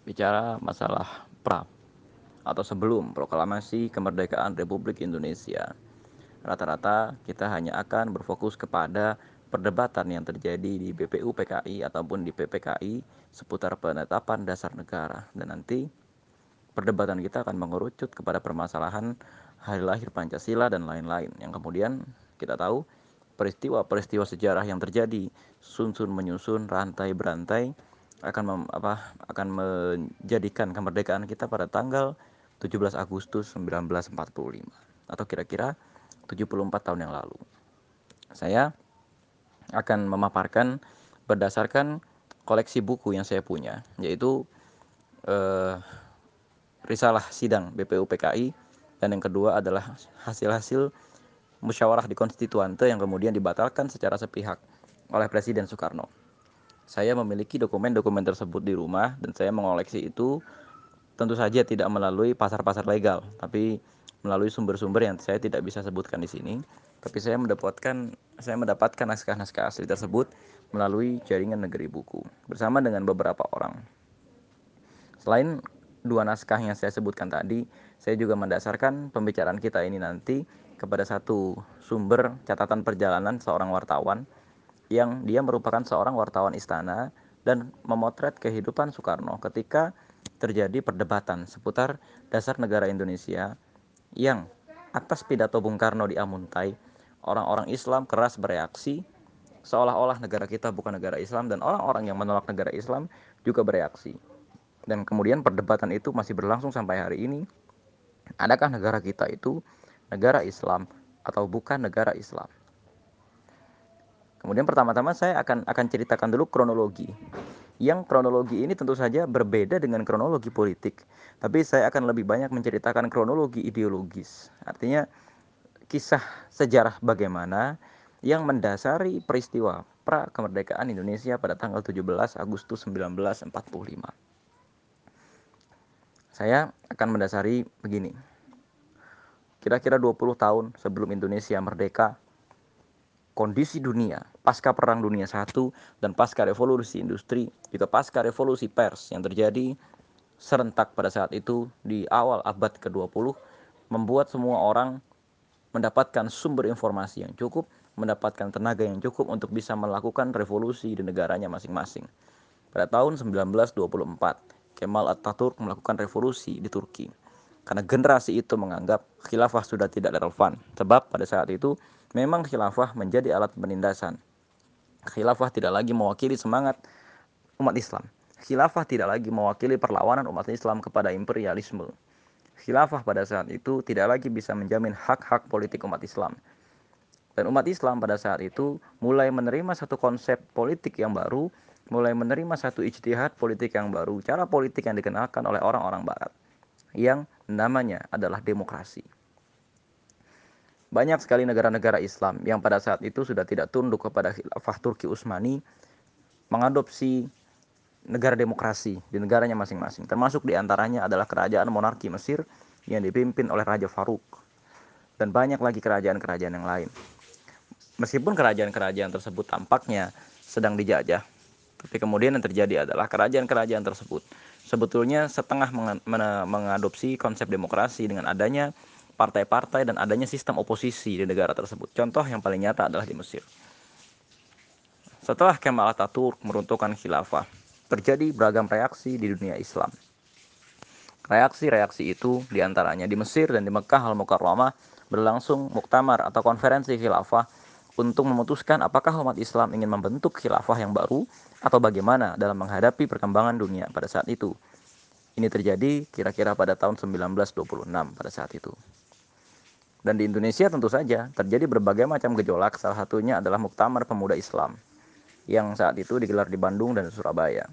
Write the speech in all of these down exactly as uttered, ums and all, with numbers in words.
bicara masalah pra atau sebelum proklamasi kemerdekaan Republik Indonesia. Rata-rata kita hanya akan berfokus kepada perdebatan yang terjadi di B P U P K I ataupun di P P K I seputar penetapan dasar negara. Dan nanti perdebatan kita akan mengerucut kepada permasalahan hari lahir Pancasila dan lain-lain. Yang kemudian kita tahu peristiwa-peristiwa sejarah yang terjadi sunsun menyusun rantai berantai akan mem, apa akan menjadikan kemerdekaan kita pada tanggal tujuh belas Agustus seribu sembilan ratus empat puluh lima atau kira-kira tujuh puluh empat tahun yang lalu. Saya akan memaparkan berdasarkan koleksi buku yang saya punya, yaitu eh, risalah sidang B P U P K I, dan yang kedua adalah hasil-hasil musyawarah di konstituante yang kemudian dibatalkan secara sepihak oleh Presiden Soekarno. Saya memiliki dokumen-dokumen tersebut di rumah dan saya mengoleksi itu tentu saja tidak melalui pasar-pasar legal, tapi melalui sumber-sumber yang saya tidak bisa sebutkan di sini. Tapi saya mendapatkan saya mendapatkan naskah-naskah asli tersebut melalui jaringan negeri buku bersama dengan beberapa orang. Selain dua naskah yang saya sebutkan tadi, saya juga mendasarkan pembicaraan kita ini nanti kepada satu sumber catatan perjalanan seorang wartawan yang dia merupakan seorang wartawan istana dan memotret kehidupan Soekarno ketika terjadi perdebatan seputar dasar negara Indonesia yang atas pidato Bung Karno di Amuntai, orang-orang Islam keras bereaksi seolah-olah negara kita bukan negara Islam dan orang-orang yang menolak negara Islam juga bereaksi. Dan kemudian perdebatan itu masih berlangsung sampai hari ini. Adakah negara kita itu negara Islam atau bukan negara Islam? Kemudian pertama-tama saya akan akan ceritakan dulu kronologi. Yang kronologi ini tentu saja berbeda dengan kronologi politik, tapi saya akan lebih banyak menceritakan kronologi ideologis. Artinya kisah sejarah bagaimana yang mendasari peristiwa pra kemerdekaan Indonesia pada tanggal tujuh belas Agustus seribu sembilan ratus empat puluh lima. Saya akan mendasari begini. Kira-kira dua puluh tahun sebelum Indonesia merdeka, kondisi dunia pasca Perang Dunia satu dan pasca revolusi industri, juga pasca revolusi pers yang terjadi serentak pada saat itu di awal abad ke dua puluh, membuat semua orang mendapatkan sumber informasi yang cukup, mendapatkan tenaga yang cukup untuk bisa melakukan revolusi di negaranya masing-masing. Pada tahun seribu sembilan ratus dua puluh empat, Kemal Atatürk melakukan revolusi di Turki. Karena generasi itu menganggap khilafah sudah tidak relevan. Sebab pada saat itu memang khilafah menjadi alat penindasan. Khilafah tidak lagi mewakili semangat umat Islam. Khilafah tidak lagi mewakili perlawanan umat Islam kepada imperialisme. Khilafah pada saat itu tidak lagi bisa menjamin hak-hak politik umat Islam. Dan umat Islam pada saat itu mulai menerima satu konsep politik yang baru, mulai menerima satu ijtihad politik yang baru, cara politik yang dikenalkan oleh orang-orang barat, yang namanya adalah demokrasi. Banyak sekali negara-negara Islam yang pada saat itu sudah tidak tunduk kepada khilafah Turki Utsmani, mengadopsi negara demokrasi di negaranya masing-masing. Termasuk diantaranya adalah kerajaan monarki Mesir yang dipimpin oleh Raja Farouk. Dan banyak lagi kerajaan-kerajaan yang lain. Meskipun kerajaan-kerajaan tersebut tampaknya sedang dijajah, tapi kemudian yang terjadi adalah kerajaan-kerajaan tersebut sebetulnya setengah mengadopsi konsep demokrasi dengan adanya partai-partai dan adanya sistem oposisi di negara tersebut. Contoh yang paling nyata adalah di Mesir. Setelah Kemal Atatürk meruntuhkan khilafah, terjadi beragam reaksi di dunia Islam. Reaksi-reaksi itu diantaranya di Mesir dan di Mekah Al-Mukarramah berlangsung muktamar atau konferensi khilafah untuk memutuskan apakah umat Islam ingin membentuk khilafah yang baru atau bagaimana dalam menghadapi perkembangan dunia pada saat itu. Ini terjadi kira-kira pada tahun seribu sembilan ratus dua puluh enam pada saat itu. Dan di Indonesia tentu saja terjadi berbagai macam gejolak, salah satunya adalah Muktamar Pemuda Islam yang saat itu digelar di Bandung dan Surabaya.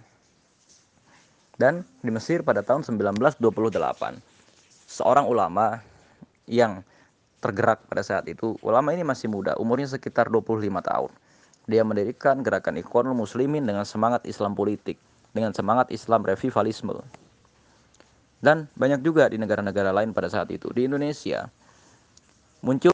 Dan di Mesir pada tahun seribu sembilan ratus dua puluh delapan, seorang ulama yang tergerak pada saat itu, ulama ini masih muda, umurnya sekitar dua puluh lima tahun. Dia mendirikan gerakan Ikhwanul Muslimin dengan semangat Islam politik, dengan semangat Islam revivalisme. Dan banyak juga di negara-negara lain pada saat itu. Di Indonesia muncul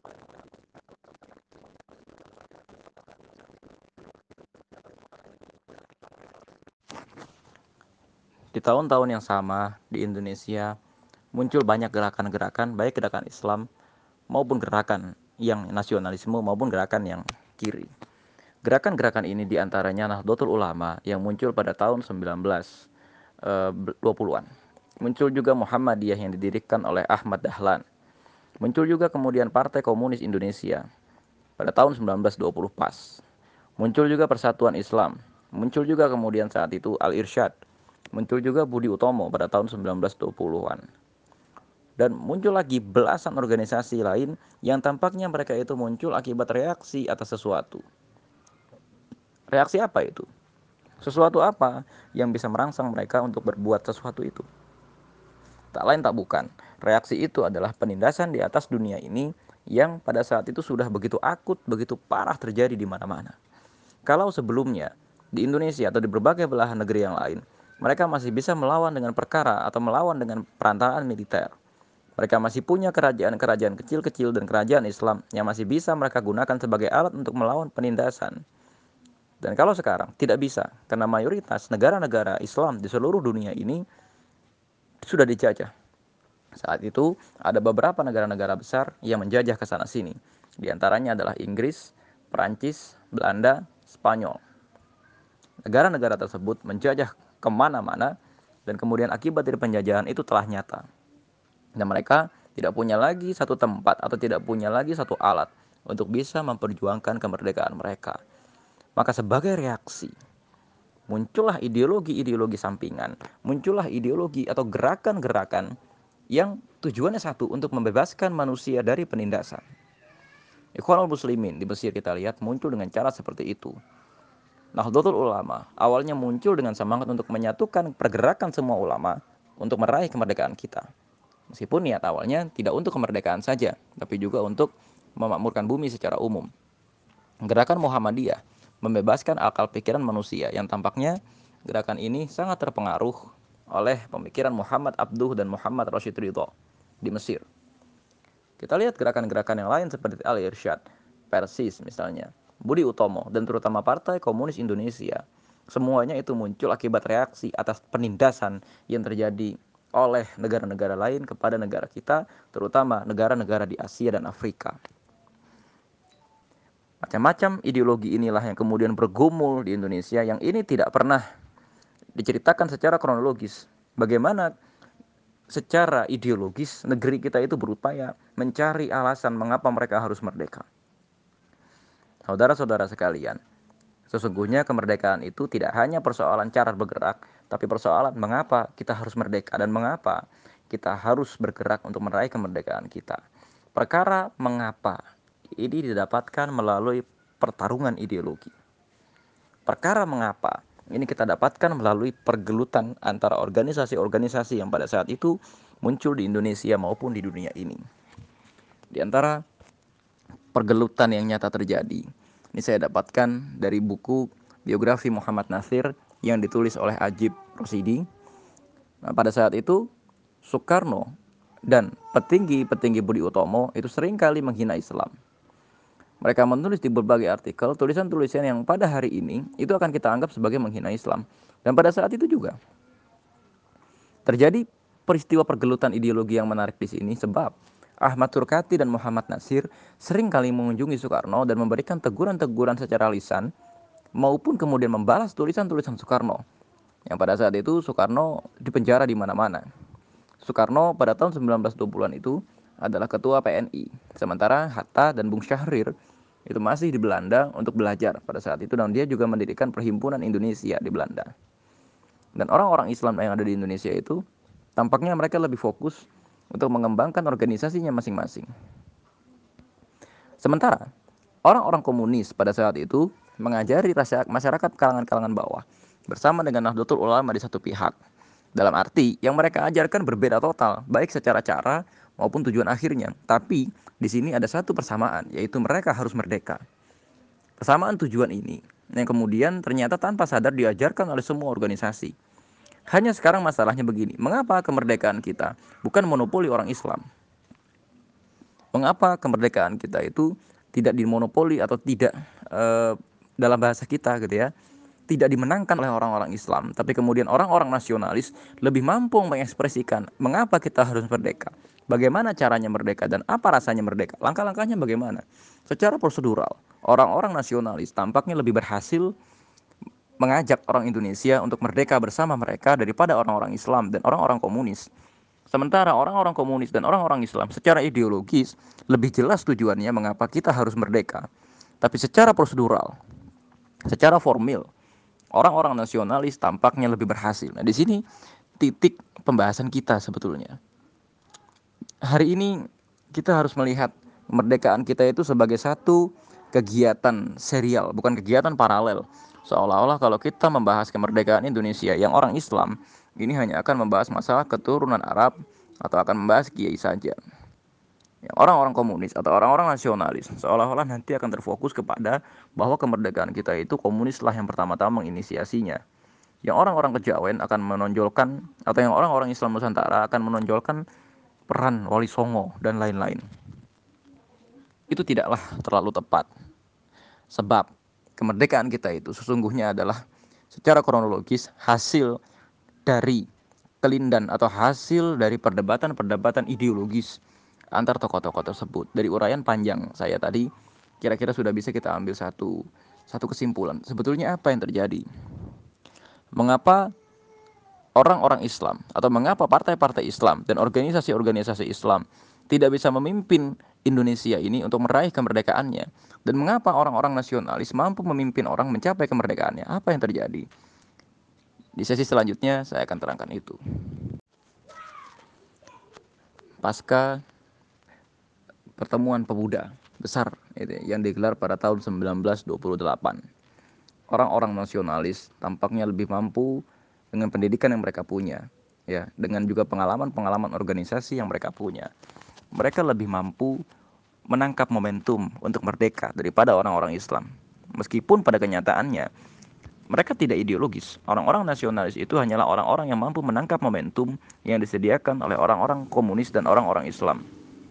Di tahun-tahun yang sama di Indonesia muncul banyak gerakan-gerakan, baik gerakan Islam maupun gerakan yang nasionalisme maupun gerakan yang kiri. Gerakan-gerakan ini diantaranya Nahdlatul Ulama yang muncul pada tahun sembilan belas dua puluhan. Muncul juga Muhammadiyah yang didirikan oleh Ahmad Dahlan. Muncul juga kemudian Partai Komunis Indonesia pada tahun sembilan belas dua puluh pas. Muncul juga Persatuan Islam. Muncul juga kemudian saat itu Al-Irsyad. Muncul juga Budi Utomo pada tahun sembilan belas dua puluhan. Dan muncul lagi belasan organisasi lain yang tampaknya mereka itu muncul akibat reaksi atas sesuatu. Reaksi apa itu? Sesuatu apa yang bisa merangsang mereka untuk berbuat sesuatu itu? Tak lain tak bukan, reaksi itu adalah penindasan di atas dunia ini yang pada saat itu sudah begitu akut, begitu parah terjadi di mana-mana. Kalau sebelumnya di Indonesia atau di berbagai belahan negeri yang lain, mereka masih bisa melawan dengan perkara atau melawan dengan perantaraan militer. Mereka masih punya kerajaan-kerajaan kecil-kecil dan kerajaan Islam yang masih bisa mereka gunakan sebagai alat untuk melawan penindasan. Dan kalau sekarang tidak bisa, karena mayoritas negara-negara Islam di seluruh dunia ini sudah dijajah. Saat itu ada beberapa negara-negara besar yang menjajah ke sana sini. Di antaranya adalah Inggris, Perancis, Belanda, Spanyol. Negara-negara tersebut menjajah kemana-mana dan kemudian akibat dari penjajahan itu telah nyata. Dan mereka tidak punya lagi satu tempat atau tidak punya lagi satu alat untuk bisa memperjuangkan kemerdekaan mereka. Maka sebagai reaksi, muncullah ideologi-ideologi sampingan, muncullah ideologi atau gerakan-gerakan yang tujuannya satu, untuk membebaskan manusia dari penindasan. Ikhwanul Muslimin di Mesir kita lihat muncul dengan cara seperti itu. Nahdlatul Ulama awalnya muncul dengan semangat untuk menyatukan pergerakan semua ulama untuk meraih kemerdekaan kita. Meskipun niat awalnya tidak untuk kemerdekaan saja, tapi juga untuk memakmurkan bumi secara umum. Gerakan Muhammadiyah membebaskan akal pikiran manusia yang tampaknya gerakan ini sangat terpengaruh oleh pemikiran Muhammad Abduh dan Muhammad Rashid Ridho di Mesir. Kita lihat gerakan-gerakan yang lain seperti Al-Irsyad, Persis misalnya, Budi Utomo, dan terutama Partai Komunis Indonesia. Semuanya itu muncul akibat reaksi atas penindasan yang terjadi oleh negara-negara lain kepada negara kita, terutama negara-negara di Asia dan Afrika. Macam-macam ideologi inilah yang kemudian bergumul di Indonesia, yang ini tidak pernah diceritakan secara kronologis. Bagaimana secara ideologis negeri kita itu berupaya mencari alasan mengapa mereka harus merdeka. Saudara-saudara sekalian, sesungguhnya kemerdekaan itu tidak hanya persoalan cara bergerak, tapi persoalan mengapa kita harus merdeka dan mengapa kita harus bergerak untuk meraih kemerdekaan kita. Perkara mengapa ini didapatkan melalui pertarungan ideologi. Perkara mengapa ini kita dapatkan melalui pergelutan antara organisasi-organisasi yang pada saat itu muncul di Indonesia maupun di dunia ini. Di antara pergelutan yang nyata terjadi, ini saya dapatkan dari buku biografi Muhammad Nasir yang ditulis oleh Ajib Rosidi. Nah, pada saat itu Soekarno dan petinggi-petinggi Budi Utomo itu seringkali menghina Islam. Mereka menulis di berbagai artikel tulisan-tulisan yang pada hari ini itu akan kita anggap sebagai menghina Islam. Dan pada saat itu juga terjadi peristiwa pergelutan ideologi yang menarik di sini, sebab Ahmad Surkati dan Muhammad Nasir seringkali mengunjungi Soekarno dan memberikan teguran-teguran secara lisan maupun kemudian membalas tulisan-tulisan Soekarno. Yang pada saat itu Soekarno dipenjara di mana-mana. Soekarno pada tahun sembilan belas dua puluhan itu adalah ketua P N I, sementara Hatta dan Bung Syahrir itu masih di Belanda untuk belajar pada saat itu, dan dia juga mendirikan Perhimpunan Indonesia di Belanda. Dan orang-orang Islam yang ada di Indonesia itu tampaknya mereka lebih fokus untuk mengembangkan organisasinya masing-masing. Sementara orang-orang komunis pada saat itu mengajari masyarakat kalangan-kalangan bawah bersama dengan Nahdlatul Ulama di satu pihak. Dalam arti yang mereka ajarkan berbeda total, baik secara cara maupun tujuan akhirnya. Tapi di sini ada satu persamaan, yaitu mereka harus merdeka. Persamaan tujuan ini yang kemudian ternyata tanpa sadar diajarkan oleh semua organisasi. Hanya sekarang masalahnya begini, mengapa kemerdekaan kita bukan monopoli orang Islam? Mengapa kemerdekaan kita itu tidak dimonopoli atau tidak e, dalam bahasa kita gitu ya, tidak dimenangkan oleh orang-orang Islam, tapi kemudian orang-orang nasionalis lebih mampu mengekspresikan mengapa kita harus merdeka, bagaimana caranya merdeka, dan apa rasanya merdeka, langkah-langkahnya bagaimana. Secara prosedural, orang-orang nasionalis tampaknya lebih berhasil mengajak orang Indonesia untuk merdeka bersama mereka daripada orang-orang Islam dan orang-orang komunis. Sementara orang-orang komunis dan orang-orang Islam secara ideologis lebih jelas tujuannya mengapa kita harus merdeka. Tapi secara prosedural, secara formil, orang-orang nasionalis tampaknya lebih berhasil. Nah, di sini titik pembahasan kita sebetulnya. Hari ini kita harus melihat kemerdekaan kita itu sebagai satu kegiatan serial, bukan kegiatan paralel. Seolah-olah kalau kita membahas kemerdekaan Indonesia yang orang Islam, ini hanya akan membahas masalah keturunan Arab atau akan membahas kiai saja. Yang orang-orang komunis atau orang-orang nasionalis seolah-olah nanti akan terfokus kepada bahwa kemerdekaan kita itu komunislah yang pertama-tama menginisiasinya. Yang orang-orang kejawen akan menonjolkan, atau yang orang-orang Islam Nusantara akan menonjolkan peran Wali Songo dan lain-lain. Itu tidaklah terlalu tepat. Sebab kemerdekaan kita itu sesungguhnya adalah secara kronologis hasil dari kelindan atau hasil dari perdebatan-perdebatan ideologis antar tokoh-tokoh tersebut. Dari uraian panjang saya tadi, kira-kira sudah bisa kita ambil satu satu kesimpulan. Sebetulnya apa yang terjadi? Mengapa orang-orang Islam atau mengapa partai-partai Islam dan organisasi-organisasi Islam tidak bisa memimpin Indonesia ini untuk meraih kemerdekaannya, dan mengapa orang-orang nasionalis mampu memimpin orang mencapai kemerdekaannya? Apa yang terjadi? Di sesi selanjutnya saya akan terangkan itu. Pasca pertemuan pemuda besar yang digelar pada tahun seribu sembilan ratus dua puluh delapan, orang-orang nasionalis tampaknya lebih mampu dengan pendidikan yang mereka punya, ya, dengan juga pengalaman-pengalaman organisasi yang mereka punya. Mereka lebih mampu menangkap momentum untuk merdeka daripada orang-orang Islam. Meskipun pada kenyataannya mereka tidak ideologis. Orang-orang nasionalis itu hanyalah orang-orang yang mampu menangkap momentum yang disediakan oleh orang-orang komunis dan orang-orang Islam.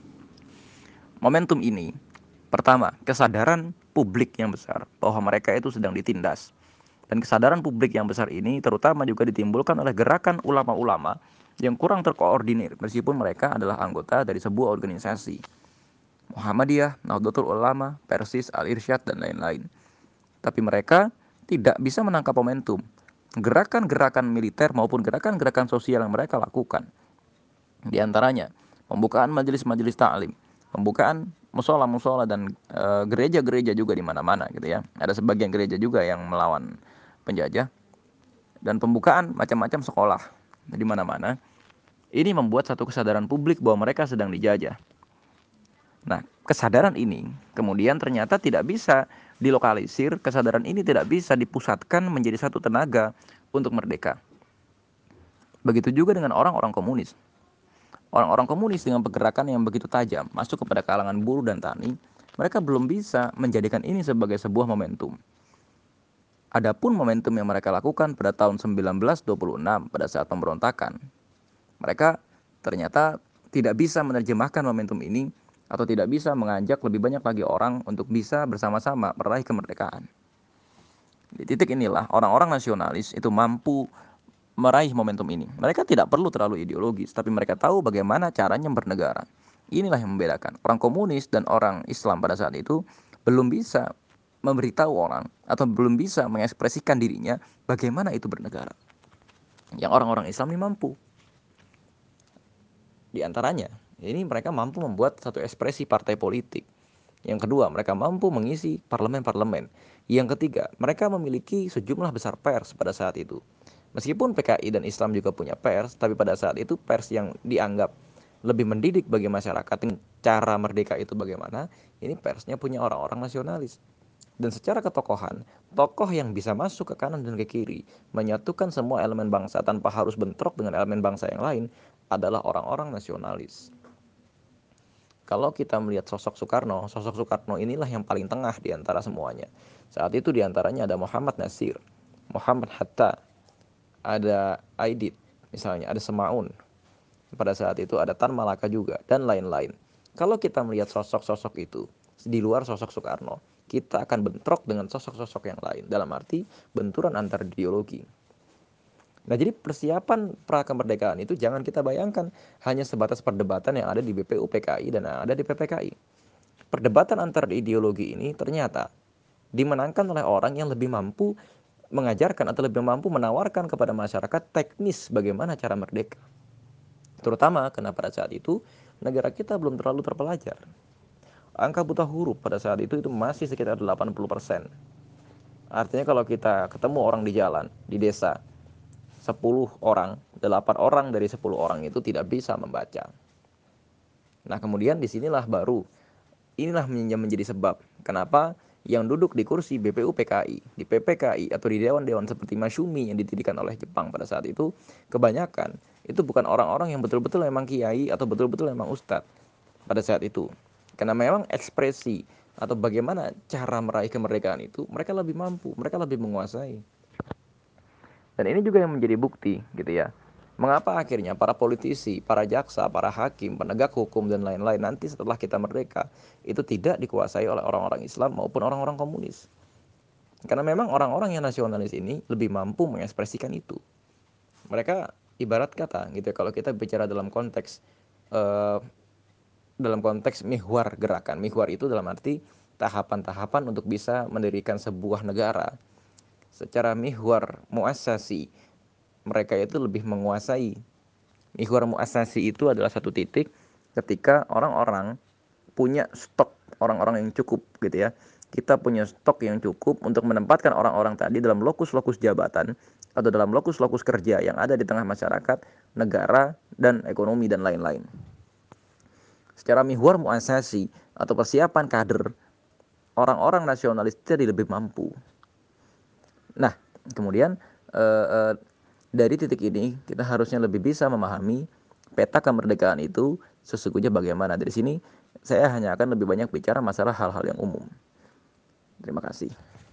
Momentum ini, pertama, kesadaran publik yang besar bahwa mereka itu sedang ditindas. Dan kesadaran publik yang besar ini terutama juga ditimbulkan oleh gerakan ulama-ulama yang kurang terkoordinir meskipun mereka adalah anggota dari sebuah organisasi. Muhammadiyah, Nahdlatul Ulama, Persis, Al-Irsyad, dan lain-lain. Tapi mereka tidak bisa menangkap momentum gerakan-gerakan militer maupun gerakan-gerakan sosial yang mereka lakukan. Di antaranya, pembukaan majelis-majelis ta'lim, pembukaan musola-musola dan e, gereja-gereja juga di mana-mana gitu ya. Ada sebagian gereja juga yang melawan penjajah, dan pembukaan macam-macam sekolah di mana-mana. Ini membuat satu kesadaran publik bahwa mereka sedang dijajah. Nah, kesadaran ini kemudian ternyata tidak bisa dilokalisir, kesadaran ini tidak bisa dipusatkan menjadi satu tenaga untuk merdeka. Begitu juga dengan orang-orang komunis. Orang-orang komunis dengan pergerakan yang begitu tajam masuk kepada kalangan buruh dan tani, mereka belum bisa menjadikan ini sebagai sebuah momentum. Adapun momentum yang mereka lakukan pada tahun seribu sembilan ratus dua puluh enam pada saat pemberontakan, mereka ternyata tidak bisa menerjemahkan momentum ini atau tidak bisa mengajak lebih banyak lagi orang untuk bisa bersama-sama meraih kemerdekaan. Di titik inilah orang-orang nasionalis itu mampu meraih momentum ini. Mereka tidak perlu terlalu ideologis, tapi mereka tahu bagaimana caranya bernegara. Inilah yang membedakan. Orang komunis dan orang Islam pada saat itu belum bisa memberitahu orang atau belum bisa mengekspresikan dirinya bagaimana itu bernegara. Yang orang-orang Islam ini mampu. Di antaranya, ini mereka mampu membuat satu ekspresi partai politik. Yang kedua, mereka mampu mengisi parlemen-parlemen. Yang ketiga, mereka memiliki sejumlah besar pers pada saat itu. Meskipun P K I dan Islam juga punya pers, tapi pada saat itu pers yang dianggap lebih mendidik bagi masyarakat cara merdeka itu bagaimana, ini persnya punya orang-orang nasionalis. Dan secara ketokohan, tokoh yang bisa masuk ke kanan dan ke kiri, menyatukan semua elemen bangsa tanpa harus bentrok dengan elemen bangsa yang lain, adalah orang-orang nasionalis. Kalau kita melihat sosok Soekarno, sosok Soekarno inilah yang paling tengah di antara semuanya. Saat itu di antaranya ada Muhammad Nasir, Muhammad Hatta, ada Aidit, misalnya ada Semaun. Pada saat itu ada Tan Malaka juga, dan lain-lain. Kalau kita melihat sosok-sosok itu, di luar sosok Soekarno, kita akan bentrok dengan sosok-sosok yang lain, dalam arti benturan antar ideologi. Nah, jadi persiapan pra kemerdekaan itu jangan kita bayangkan hanya sebatas perdebatan yang ada di B P U P K I dan ada di P P K I. Perdebatan antar ideologi ini ternyata dimenangkan oleh orang yang lebih mampu mengajarkan atau lebih mampu menawarkan kepada masyarakat teknis bagaimana cara merdeka. Terutama karena pada saat itu negara kita belum terlalu terpelajar. Angka buta huruf pada saat itu itu masih sekitar delapan puluh persen. Artinya kalau kita ketemu orang di jalan, di desa, sepuluh orang, delapan orang dari sepuluh orang itu tidak bisa membaca. Nah, kemudian disinilah baru, inilah yang menjadi sebab kenapa yang duduk di kursi B P U P K I, di P P K I, atau di dewan-dewan seperti Masyumi yang didirikan oleh Jepang pada saat itu, kebanyakan itu bukan orang-orang yang betul-betul memang kiai atau betul-betul memang ustadz pada saat itu. Karena memang ekspresi atau bagaimana cara meraih kemerdekaan itu, mereka lebih mampu, mereka lebih menguasai. Dan ini juga yang menjadi bukti gitu ya. Mengapa akhirnya para politisi, para jaksa, para hakim, penegak hukum dan lain-lain nanti setelah kita merdeka itu tidak dikuasai oleh orang-orang Islam maupun orang-orang komunis. Karena memang orang-orang yang nasionalis ini lebih mampu mengekspresikan itu. Mereka ibarat kata gitu ya, kalau kita bicara dalam konteks eh, dalam konteks mihwar gerakan. Mihwar itu dalam arti tahapan-tahapan untuk bisa mendirikan sebuah negara. Secara mihwar muasasi, mereka itu lebih menguasai. Mihwar muasasi itu adalah satu titik ketika orang-orang punya stok orang-orang yang cukup gitu ya. Kita punya stok yang cukup untuk menempatkan orang-orang tadi dalam lokus-lokus jabatan atau dalam lokus-lokus kerja yang ada di tengah masyarakat, negara, dan ekonomi dan lain-lain. Secara mihwar muasasi atau persiapan kader, orang-orang nasionalis jadi lebih mampu. Nah, kemudian eh, eh, dari titik ini kita harusnya lebih bisa memahami peta kemerdekaan itu sesungguhnya bagaimana. Dari sini saya hanya akan lebih banyak bicara masalah hal-hal yang umum. Terima kasih.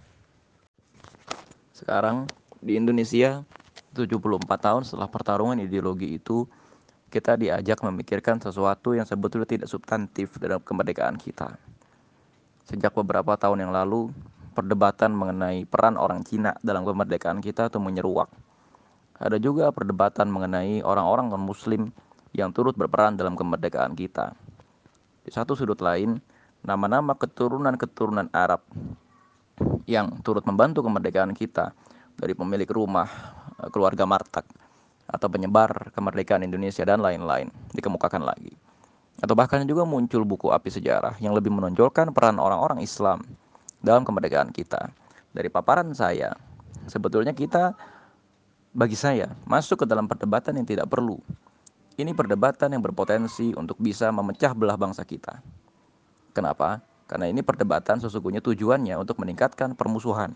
Sekarang di Indonesia tujuh puluh empat tahun setelah pertarungan ideologi itu, kita diajak memikirkan sesuatu yang sebetulnya tidak substantif dalam kemerdekaan kita. Sejak beberapa tahun yang lalu, perdebatan mengenai peran orang Cina dalam kemerdekaan kita itu menyeruak. Ada juga perdebatan mengenai orang-orang non-muslim yang turut berperan dalam kemerdekaan kita. Di satu sudut lain, nama-nama keturunan-keturunan Arab yang turut membantu kemerdekaan kita, dari pemilik rumah, keluarga Martak, atau penyebar kemerdekaan Indonesia dan lain-lain, dikemukakan lagi. Atau bahkan juga muncul buku api sejarah yang lebih menonjolkan peran orang-orang Islam dalam kemerdekaan kita. Dari paparan saya, sebetulnya kita, bagi saya, masuk ke dalam perdebatan yang tidak perlu. Ini perdebatan yang berpotensi untuk bisa memecah belah bangsa kita. Kenapa? Karena ini perdebatan sesungguhnya tujuannya untuk meningkatkan permusuhan.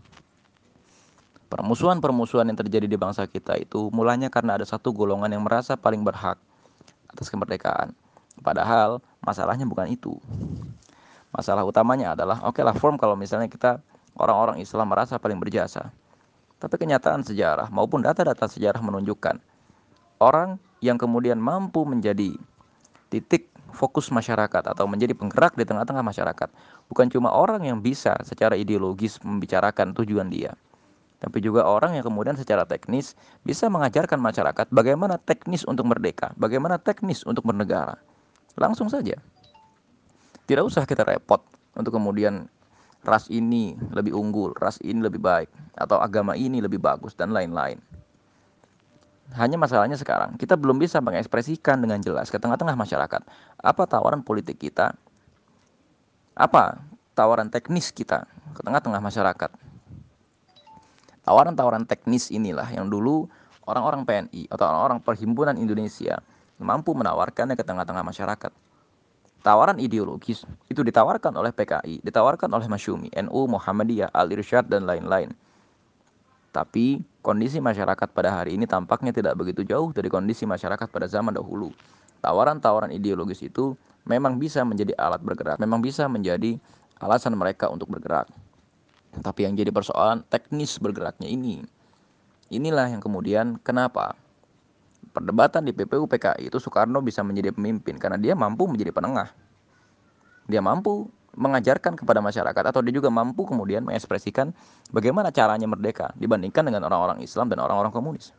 Permusuhan-permusuhan yang terjadi di bangsa kita itu mulanya karena ada satu golongan yang merasa paling berhak atas kemerdekaan. Padahal masalahnya bukan itu. Masalah utamanya adalah, oke okay lah form kalau misalnya kita orang-orang Islam merasa paling berjasa. Tapi kenyataan sejarah maupun data-data sejarah menunjukkan orang yang kemudian mampu menjadi titik fokus masyarakat atau menjadi penggerak di tengah-tengah masyarakat bukan cuma orang yang bisa secara ideologis membicarakan tujuan dia, tapi juga orang yang kemudian secara teknis bisa mengajarkan masyarakat bagaimana teknis untuk merdeka, bagaimana teknis untuk bernegara. Langsung saja. Tidak usah kita repot untuk kemudian ras ini lebih unggul, ras ini lebih baik, atau agama ini lebih bagus, dan lain-lain. Hanya masalahnya sekarang, kita belum bisa mengekspresikan dengan jelas ke tengah-tengah masyarakat apa tawaran politik kita, apa tawaran teknis kita ke tengah-tengah masyarakat. Tawaran-tawaran teknis inilah yang dulu orang-orang P N I atau orang-orang Perhimpunan Indonesia mampu menawarkannya ke tengah-tengah masyarakat. Tawaran ideologis itu ditawarkan oleh P K I, ditawarkan oleh Masyumi, N U, Muhammadiyah, Al-Irsyad, dan lain-lain. Tapi kondisi masyarakat pada hari ini tampaknya tidak begitu jauh dari kondisi masyarakat pada zaman dahulu. Tawaran-tawaran ideologis itu memang bisa menjadi alat bergerak, memang bisa menjadi alasan mereka untuk bergerak. Tapi yang jadi persoalan teknis bergeraknya ini. Inilah yang kemudian kenapa perdebatan di P P U P K I itu Soekarno bisa menjadi pemimpin, karena dia mampu menjadi penengah. Dia mampu mengajarkan kepada masyarakat atau dia juga mampu kemudian mengekspresikan bagaimana caranya merdeka dibandingkan dengan orang-orang Islam dan orang-orang komunis?